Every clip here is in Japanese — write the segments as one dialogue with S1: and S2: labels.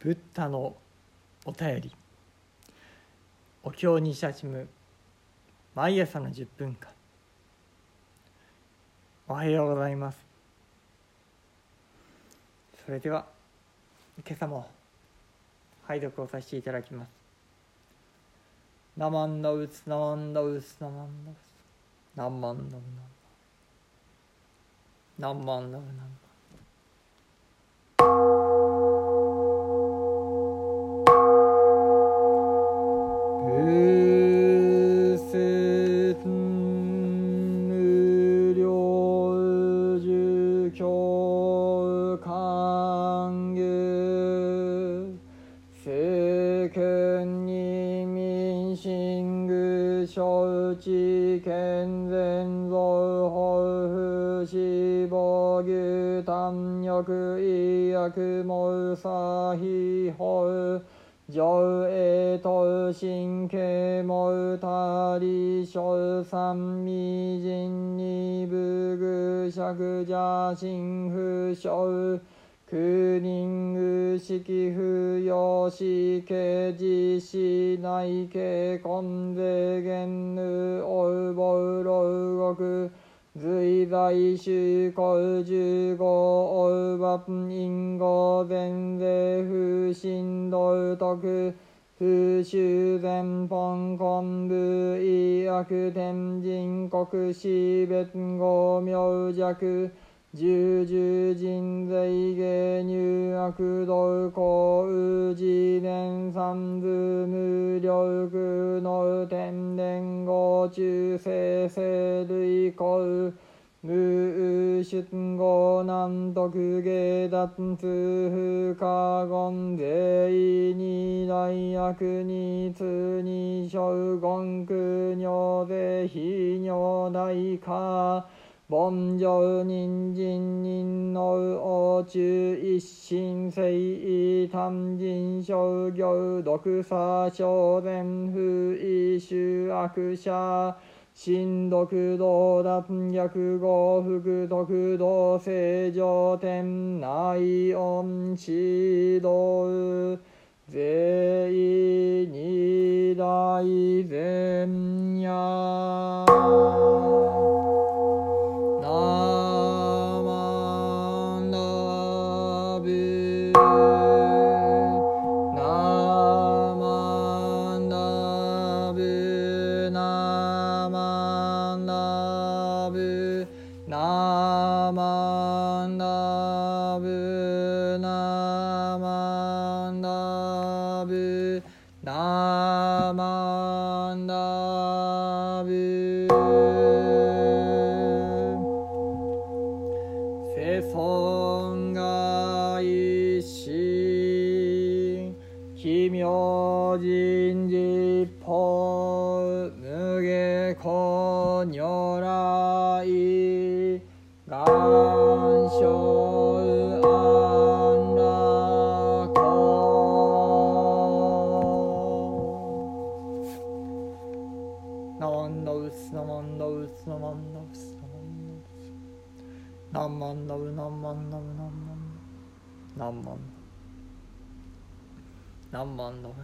S1: ブッダのお便り。お経に親しむ毎朝の10分間。おはようございます。それでは今朝も拝読をさせていただきます。ナマンダウスナマンダウスナマンダウスナンマンダウナンマンダウナンマン承知健全増法不死母牛胆力医薬毛サヒ法上栄等神経毛他利小三未人二部具尺邪神不小空人具式不要死刑実施内刑根税限ぬおうぼうろうごく随在宗公十五おうばん因果前税不振道徳不修前本根部医悪天人国史別語名弱十十人税芸入悪道公宇治年三図無力の天然語中世生類公無出語南徳芸脱不可言税二大悪二通二小言苦尿税非尿大化凡上人参人の王中一心誠意単人商業独差小前不意修悪者新独道脱逆語福徳道正常天内恩指導税二大前夜世尊が一心奇妙人実法無下公如来願生安楽ナマンダウスナマンダウスナマンダウスナマンダウ何万ダウ何万何万ダウ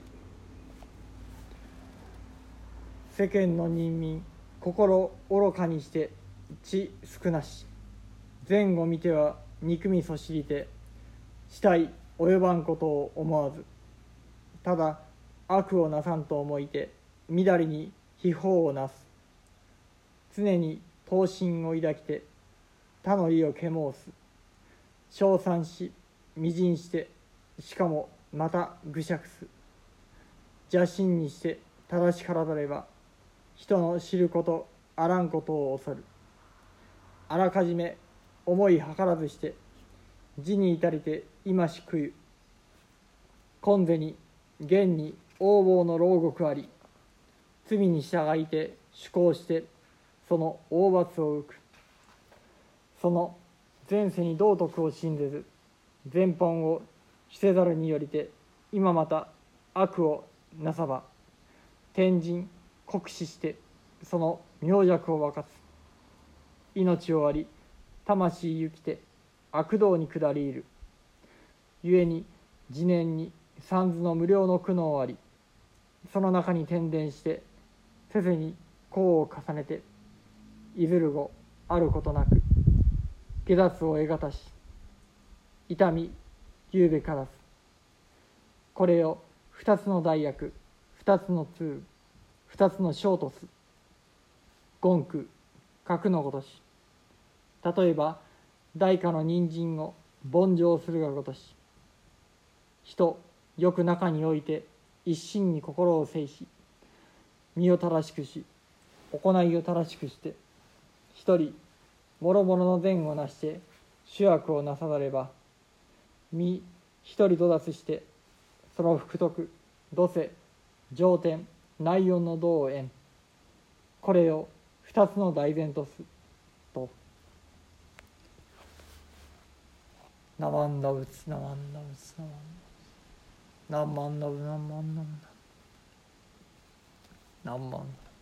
S1: 世間の人民心愚かにして知少なし前後見ては憎みそしりて死体及ばんことを思わずただ悪をなさんと思いてみだりに秘宝をなす常に闘心を抱きて他の意を獣す称賛し微塵してしかもまた愚釈す邪心にして正しからざれば人の知ることあらんことを恐るあらかじめ思い計らずして字に至りて今しくゆ今世に現に横暴の牢獄あり罪に従いて主行してその大罰を受くその前世に道徳を信ぜず前本を捨てざるによりて今また悪をなさば天人酷使してその妙弱を分かつ命を割り魂行きて悪道に下りいるゆえに次年に三途の無料の苦悩あり、その中に転伝してせせに功を重ねて、いずる後あることなく下脱を得がたし、痛み言うべからず。これを二つの大悪、二つの通、二つの小とす。言句格のごとし。例えば大化の人参を凡情するがごとし、人よく中において一心に心を制し、身を正しくし、行いを正しくして、一人もろもろの善をなして主役をなさざれば、身一人と脱してその福徳土世上天内音の道を得ん。これを二つの大善とすと。ナマンダブツナマンダブツナマンダブナマンダブナマンダブナマン。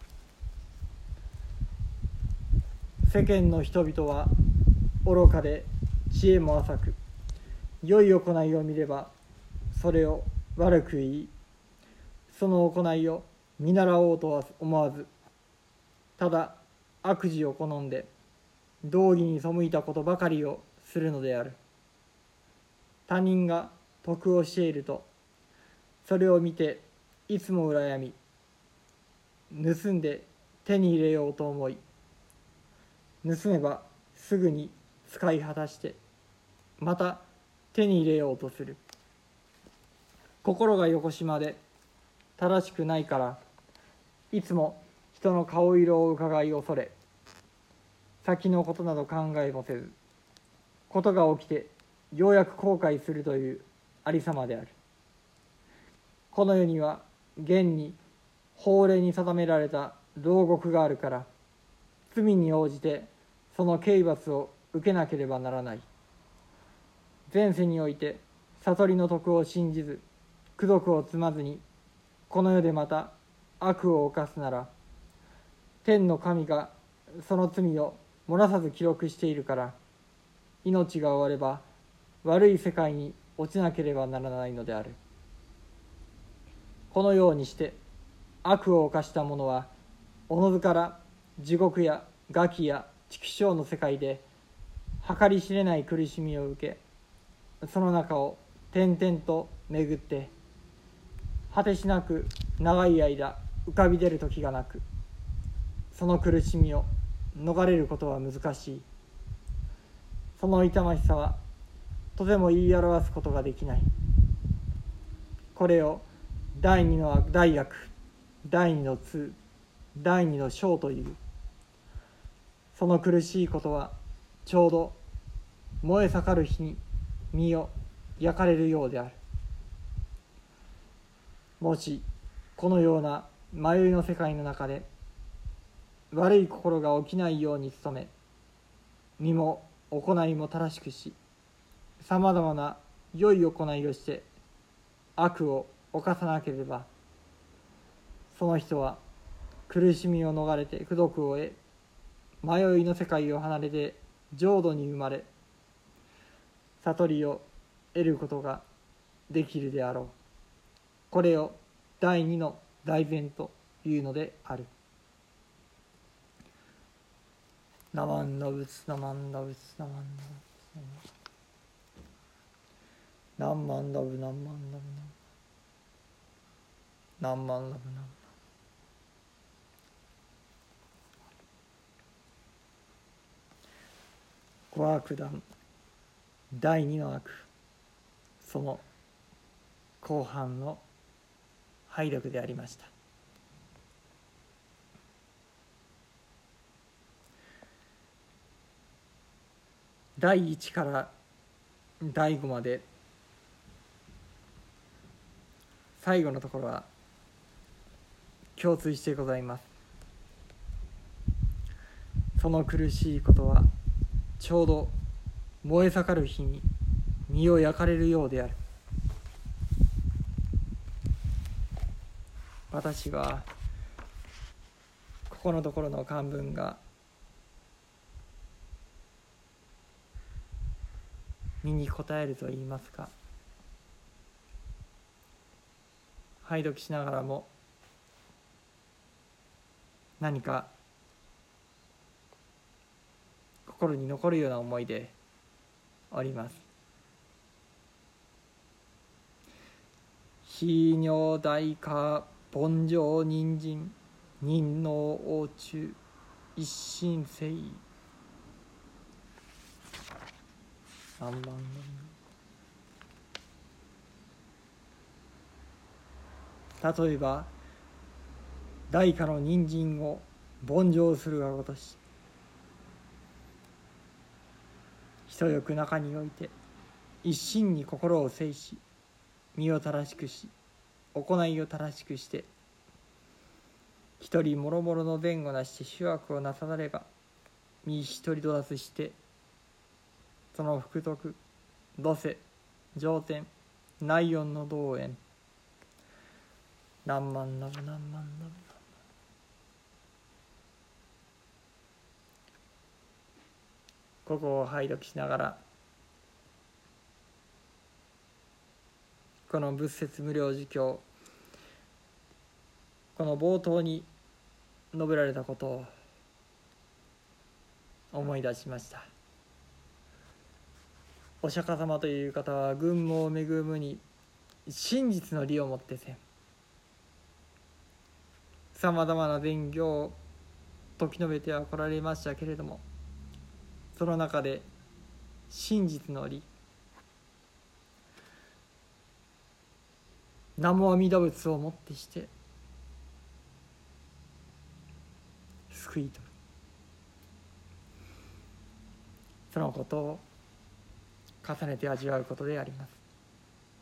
S1: 世間の人々は愚かで知恵も浅く、良い行いを見ればそれを悪く言い、その行いを見習おうとは思わず、ただ悪事を好んで道義に背いたことばかりをするのである。他人が得をしていると、それを見ていつも羨み、盗んで手に入れようと思い、盗めばすぐに使い果たしてまた手に入れようとする。心がよこしまで正しくないから、いつも人の顔色を伺い恐れ、先のことなど考えもせず、ことが起きてようやく後悔するというありさまである。この世には現に法令に定められた牢獄があるから、罪に応じてその刑罰を受けなければならない。前世において悟りの徳を信じず、功徳を積まずにこの世でまた悪を犯すなら、天の神がその罪を漏らさず記録しているから、命が終われば悪い世界に落ちなければならないのである。このようにして悪を犯した者はおのずから地獄や餓鬼や畜生の世界で計り知れない苦しみを受け、その中を転々と巡って果てしなく長い間浮かび出る時がなく、その苦しみを逃れることは難しい。その痛ましさはとても言い表すことができない。これを第二の大悪、第二の通、第二の小という。その苦しいことはちょうど燃え盛る火に身を焼かれるようである。もしこのような迷いの世界の中で悪い心が起きないように努め、身も行いも正しくし、さまざまな良い行いをして悪を犯さなければ、その人は苦しみを逃れて功徳を得、迷いの世界を離れて浄土に生まれ、悟りを得ることができるであろう。これを第二の大善というのである。ナマンダブツナマンダブツナマンダブツナマンダブナンマンダブナンマンダブナン五悪団第二の悪、その後半の拝読でありました。第1から第5まで最後のところは共通してございます。その苦しいことはちょうど燃え盛る火に身を焼かれるようである。私はここのところの漢文が身に応えると言いますか、 拝読しながらも何か心に残るような思いでおります。非如大火凡上人参任能応中一心誠意何万年。例えば大火の人参を凡上するがごとし、人よく中において一心に心を制し、身を正しくし、行いを正しくして、一人もろもろの弁護なして主悪をなされば、身一人と脱して、その福徳、土世、上天、内音の道縁、何万ナブ何万ナブ。ここを拝読しながら、この仏説無量寿経、この冒頭に述べられたことを思い出しました。お釈迦様という方は軍務を恵むに真実の理をもってせん。さまざまな伝教を説き述べては来られましたけれども、その中で真実の理、南無阿弥陀仏をもってして救い取る、そのことを重ねて味わうことであります。